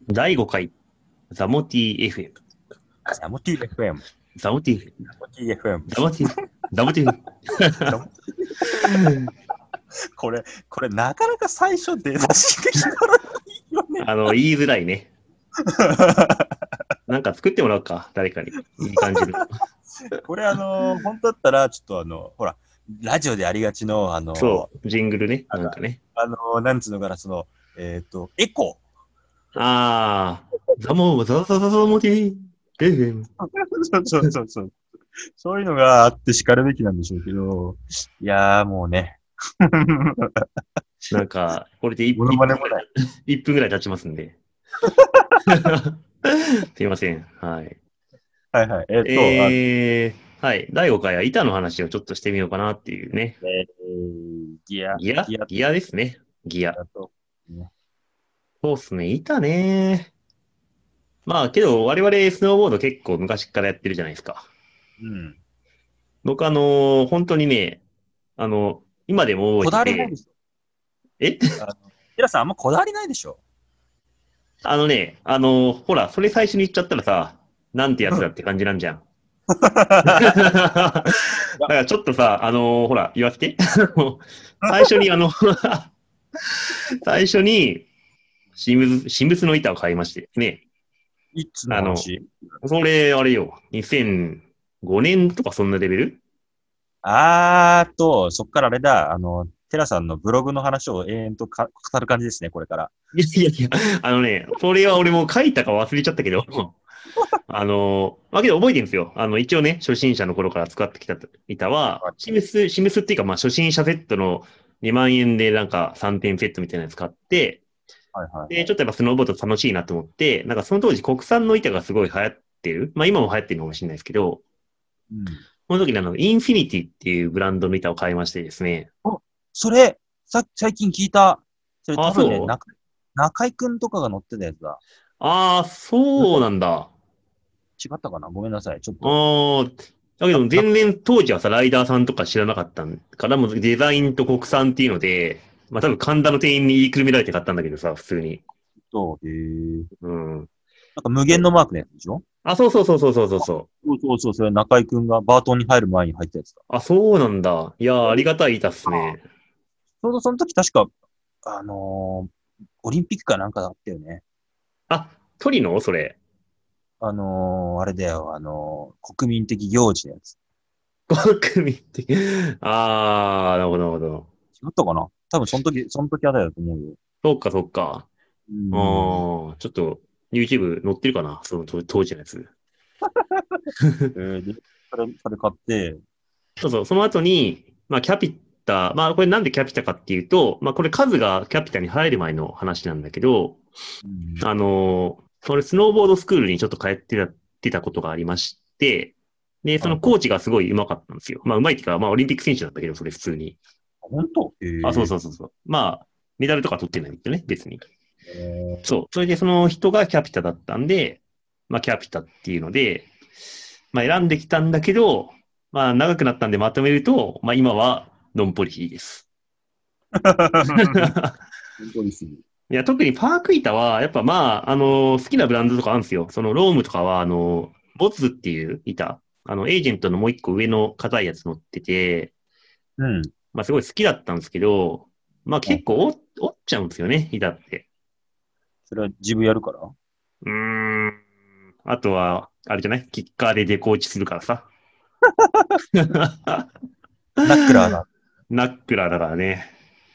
第5回、ザモティ FM。 ザモティ FM。 ザモティ、 ザモティ FM。 ザモティ、ザモティ。 ザモこれ、なかなか最初出だしが決まらないよね。 言いづらいね。なんか作ってもらうか、誰かに。いい感じの。 これ本当だったら、ちょっとほら、ラジオでありがちの、 そう、ジングルね、なんかね。 なんつうのかな、エコザモティ FM。 ー。そう。そういうのがあって叱るべきなんでしょうけど、いやーもうね。 なんか、これで1 モノマネもない。 分ぐらい経ちますんで。すいません。はい。 はいはい。 はい。第5回は板の話をちょっとしてみようかなっていうね。ギギアアですね。ギア。 だと、ね、 そうっすね。板ね。まあ、けど、我々スノーボード結構昔からやってるじゃないですか。 うん。 僕本当にね、今でもこだ覚えてて、 わりないでしょ。 えテラさんあんまこだわりないでしょ。 ほら、それ最初に言っちゃったらさ、なんてやつだって感じなんじゃん。だいや、 からちょっとさ、ほら、言わせて。最初に最初に、新物の板を買いましてですね。 いつのあの、 話？ それ、あれよ、2005年とかそんなレベル。 そっからあれだ、テラさんのブログの話を延々と語る感じですね、これから。 いやいやいや、それは俺も書いたか忘れちゃったけど、まあけど覚えてるんですよ。一応ね、初心者の頃から使ってきた板は、シムスっていうか、まあ初心者セットの2万円でなんか3点セットみたいなやつ買って、 はいはいで、 はい。 ちょっとやっぱスノーボード楽しいなと思って、なんかその当時国産の板がすごい流行ってる。まあ今も流行ってるのかもしれないですけど、 うん。 この時にインフィニティっていうブランドの板を買いましてですね。 お、それ、最近聞いた。それああ、 多分ね、 そう中井くんとかが乗ってたやつだ。 ああ、そうなんだ。 違ったかな、ごめんなさい。ちょっと。 ああ、だけどな、 全然当時はさ、ライダーさんとか知らなかったから、もうデザインと国産っていうので、まあ多分神田の店員に言いくるめられて買ったんだけどさ、普通に。 なんうん。 か無限のマークのやつでしょ？ あ、そうそうそうそうそうそうそう。 そう、それ中井くんがバートンに入る前に入ったやつだ。 あ、そうなんだ。いやー、ありがたい板っすね。 ちょうどその時確か、オリンピックかなんかだったよね。 あ、トリノそれ。 あれだよ、国民的行事のやつ。 国民的。あー、なるほど、なるほど。 違ったかな？多分その時あたりだと思うよ。 そうか、そうか。 うあん。 ー、ちょっと、YouTube 載ってるかなその当時のやつ。 で、それ買って、 そうそう、その後に、まあ、キャピタ、まあ、これなんでキャピタかっていうと、まあ、これ数がキャピタに入る前の話なんだけど、 うん。 それスノーボードスクールにちょっと通ってたことがありまして、で、そはいはい。 のコーチがすごい上手かったんですよ。まあ、上手いっていうか、まあ、オリンピック選手だったけど、それ普通に。 本当？ あ、そうそうそうそう。まあ、メダルとか取ってないんだよね、別に。 えそう。それでその人がキャピタだったんで、まあ、キャピタっていうので、まあ、選んできたんだけど、まあ、長くなったんでまとめると、まあ、今はノンポリシーです。 本当にすぐ。 いや、特にパーク板は、やっぱまあ、好きなブランドとかあるんですよ。そのロームとかは、ボツっていう板、エージェントのもう一個上の硬いやつ乗ってて、 うん。 まあ、すごい好きだったんですけど、まあ、結構折っちゃうんですよね、板って。 それは自分やるから？ うーん。あとは、あれじゃないキッカーでデコ落ちするからさ。 ナックラーだ。 ナックラーだからね。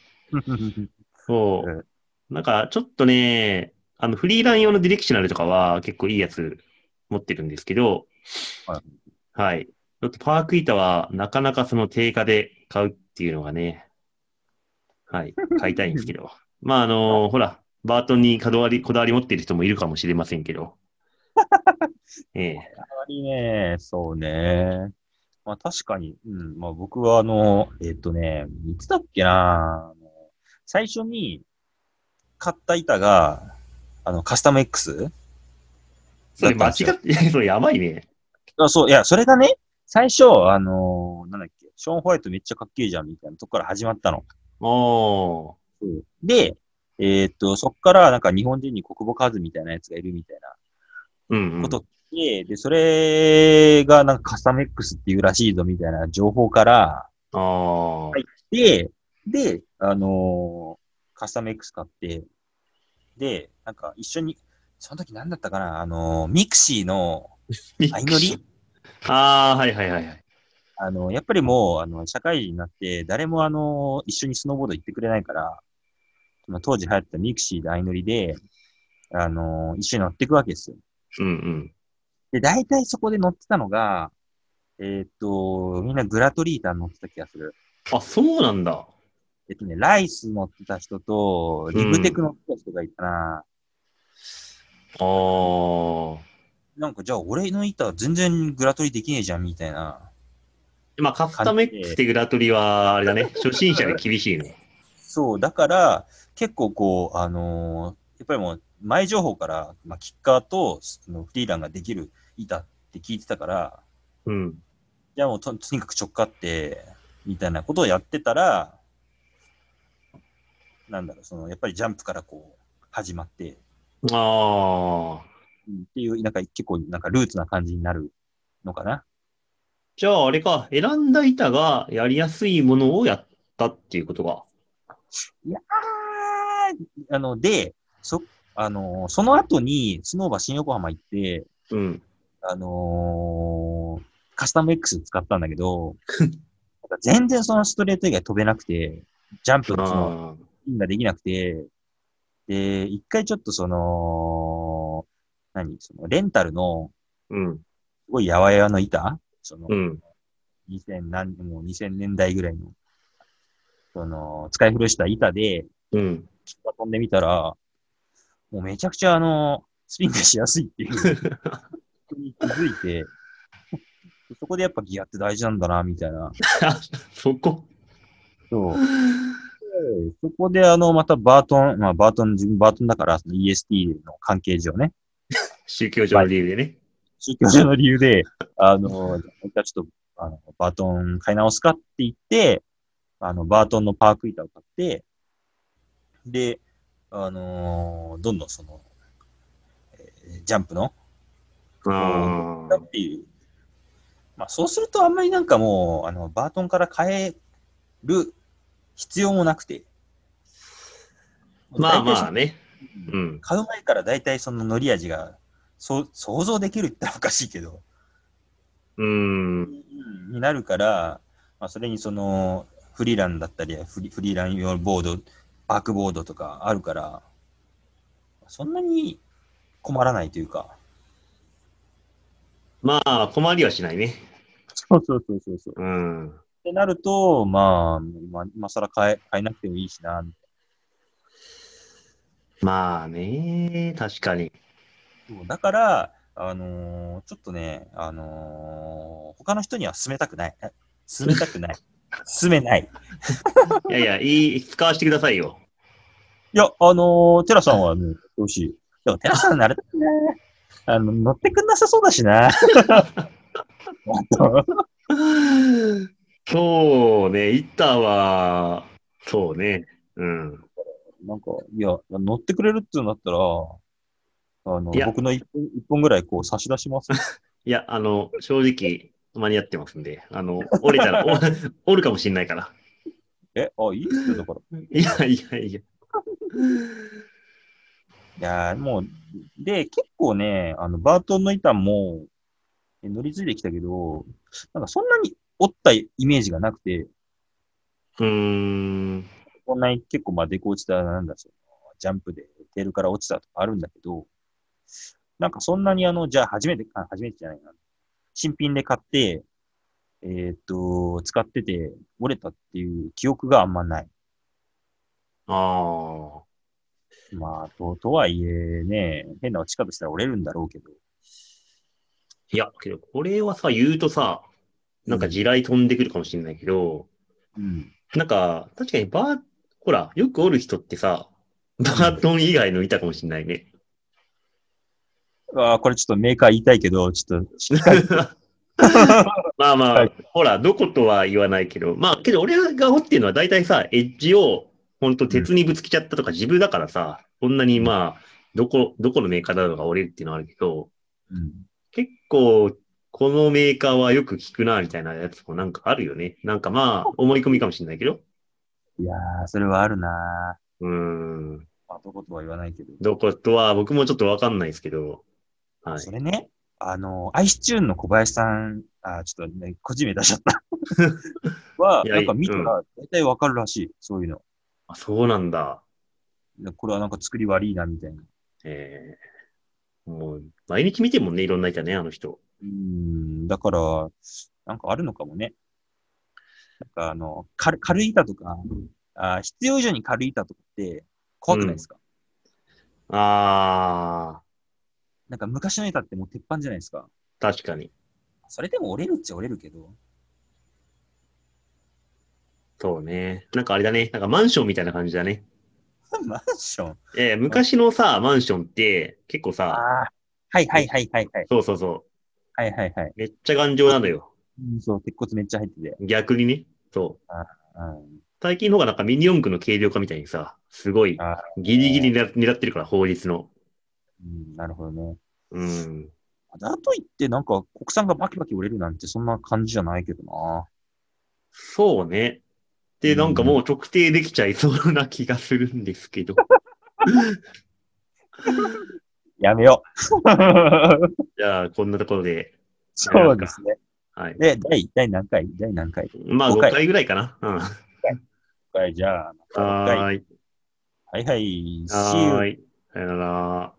そえう。なんか、ちょっとね、フリーラン用のディレクショナルとかは結構いいやつ持ってるんですけど、 はい。 はい。ちょっとパーク板はなかなかその定価で買うっていうのがね、はい、買いたいんですけど。まあ、ほら、バートンにこだわり持ってる人もいるかもしれませんけど、ええ。 あまりね、そうね。まあ確かに、うん、まあ僕はいつだっけな、最初に買った板が、カスタム X それ間違だったんですよ。 って、それやばいね。 そう、いや、それがね、最初、なんだっショーン・ホワイトめっちゃかっけえじゃんみたいなとこから始まったの。 おー。 うんで、 そっからなんか日本人に国母カズみたいなやつがいるみたいなうんうん。 ことを聞いて、で、それがなんかカスタム X っていうらしいぞみたいな情報からああ。 入って、で、カスタム X 買って、で、なんか一緒に、その時何だったかな、ミクシーのミ相乗りクシー。ああ、はいはいはいはい。 やっぱりもう、社会人になって、誰も一緒にスノーボード行ってくれないから、まあ、当時流行ったミクシーで相乗りで、一緒に乗っていくわけですよ。 うんうん。 で、大体そこで乗ってたのが、みんなグラトリーター乗ってた気がする。 あ、そうなんだ。 ライス乗ってた人と、 うリブテクん。 乗ってた人がいたな。 ああ。 なんか、じゃあ俺の板全然グラトリできねえじゃん、みたいなまあ、カス感タム X じで。 でグラトリは、あれだね。初心者で厳しいね。 そう、だから、結構こう、やっぱりもう、前情報から、まあ、キッカーと、そのフリーランができる板って聞いてたから、 うん。 じゃあもうとにかく直下って、みたいなことをやってたら、なんだろう、やっぱりジャンプからこう、始まって、 ああ。 っていう、なんか結構、なんかルーツな感じになるのかな。 じゃあ、あれか。選んだ板がやりやすいものをやったっていうことか。 いやで、その後に、スノーバー新横浜行って、 うん。 あのカスタム X 使ったんだけど、なんか全然そのストレート以外飛べなくて、ジャンプのその、 ああ。 インができなくて、で、一回ちょっとレンタルの、 うん。 すごいやわやわの板、 うん。 もう2000年代ぐらいの、使い古した板で、 うん。 飛んでみたら、もうめちゃくちゃスピンがしやすいっていうことに気づいて、そこでやっぱギアって大事なんだな、みたいな。 そこ。 そう。でそこでまた自分バートンだから、その EST の関係上ね、 宗教上の理由でね。 宗教上の理由で、じゃあちょっと、バートン買い直すかって言って、バートンのパーク板を買って、で、どんどんジャンプの、こう、 ああ。 っていう。まあ、そうするとあんまりなんかもう、バートンから変える必要もなくて、 まあ大体まあね。うん。 買う前から大体その乗り味が、想像できるって言ったらおかしいけど、 うーん。 になるから、まあ、それにフリーランだったり、フリーラン用ボード、バークボードとかあるから、そんなに困らないというか。 まあ、困りはしないね。 そうそうそうそうそう。っうん。 てなると、今更変えなくてもいいしな。 まあね。確かに。 そうだから、ちょっとね、他の人には勧めたくない。勧めたくない。勧めない。 いやいや、使わせてくださいよ。 いや、テラさんはね、美味しい。でも、テラさん慣れたくね。乗ってくんなさそうだしな。 そうね。板は、そうね。うん。 なんか、いや、乗ってくれるってなったら、 いや、 僕の一本ぐらいこう差し出しますよ。 いや、正直、間に合ってますんで、折れたら、折るかもしんないから。 いいっすよ、だから。 いやいやいや。 いやー、もう、で、結構ね、バートンの板も乗り継いできたけど、なんかそんなに折ったイメージがなくて、 うーん。 こんなに結構まあデコ落ちた、ジャンプでテールから落ちたとかあるんだけど、なんかそんなにじゃあ初めてじゃないな。新品で買って、使ってて折れたっていう記憶があんまない。 ああ。 まあ、とはいえね、変な落ち方したら折れるんだろうけど。 いや、けど、これはさ、言うとさ、なんか地うん。 雷飛んでくるかもしれないけど、 うん。 なんか、確かにほら、よくおる人ってさ、バうん。 ートン以外のいたかもしれないね。 これちょっとメーカー言いたいけど、ちょっと控えて。 まあまあ、 控えて。 ほら、どことは言わないけど、まあ、けど俺が掘ってるのは大体さ、エッジをほんとうん。 鉄にぶつけちゃったとか自分だからさ、こんなにまあ、どこのメーカーだろうが折れるっていうのはあるけど、 うん。 結構、このメーカーはよく聞くな、みたいなやつもなんかあるよね。なんかまあ、思い込みかもしれないけど。 いやー、それはあるなうーん。 ー。まあ、どことは言わないけど。 どことは僕もちょっとわかんないですけど。 あ、 はい。 それね、アイスチューンの小林さん、ちょっとね、個人名出しちゃった。は、 いや、 なんか見たうん。 ら大体わかるらしい。そういうの。 あ、そうなんだ。 これはなんか作り悪いな、みたいな。 えもう、毎日見てるもんね、いろんな板ね、あの人。 だから、なんかあるのかもね。なんか軽い板とか、必要以上に軽い板とかって怖うん。 くないですか？ あなんか昔の板ってもう鉄板じゃないですか。 確かに。 それでも折れるっちゃ折れるけど。 そうね。なんかあれだね。なんかマンションみたいな感じだね。 マンション。あ昔のさ、マンションって結構あさ、 ー、はいはめいはいはいはい。 そうそうそう。 はいはいはい。 めっちゃ頑丈なのよ。 そう、鉄骨めっちゃ入ってて。 逆にね。そう。 あうん最近の方がなんかミニ四駆の軽量化みたいにさ、すごいあギリギリ狙ってるから、法律の。 なるほどね。 うん。 だといって、なんか国産がバキバキ折れるなんてそんな感じじゃないけどな。 そうね。で、なんかうん。 もう特定できちゃいそうな気がするんですけど。 やめよう。 じゃあ、こんなところでやめますか。 そうですね。 はい。 で、第何回まあ、 ?5 回。 5回ぐらいかな。うん。 5回、じゃあ、また6回。 はーい。 はいはい、See you. はーい。さよなら。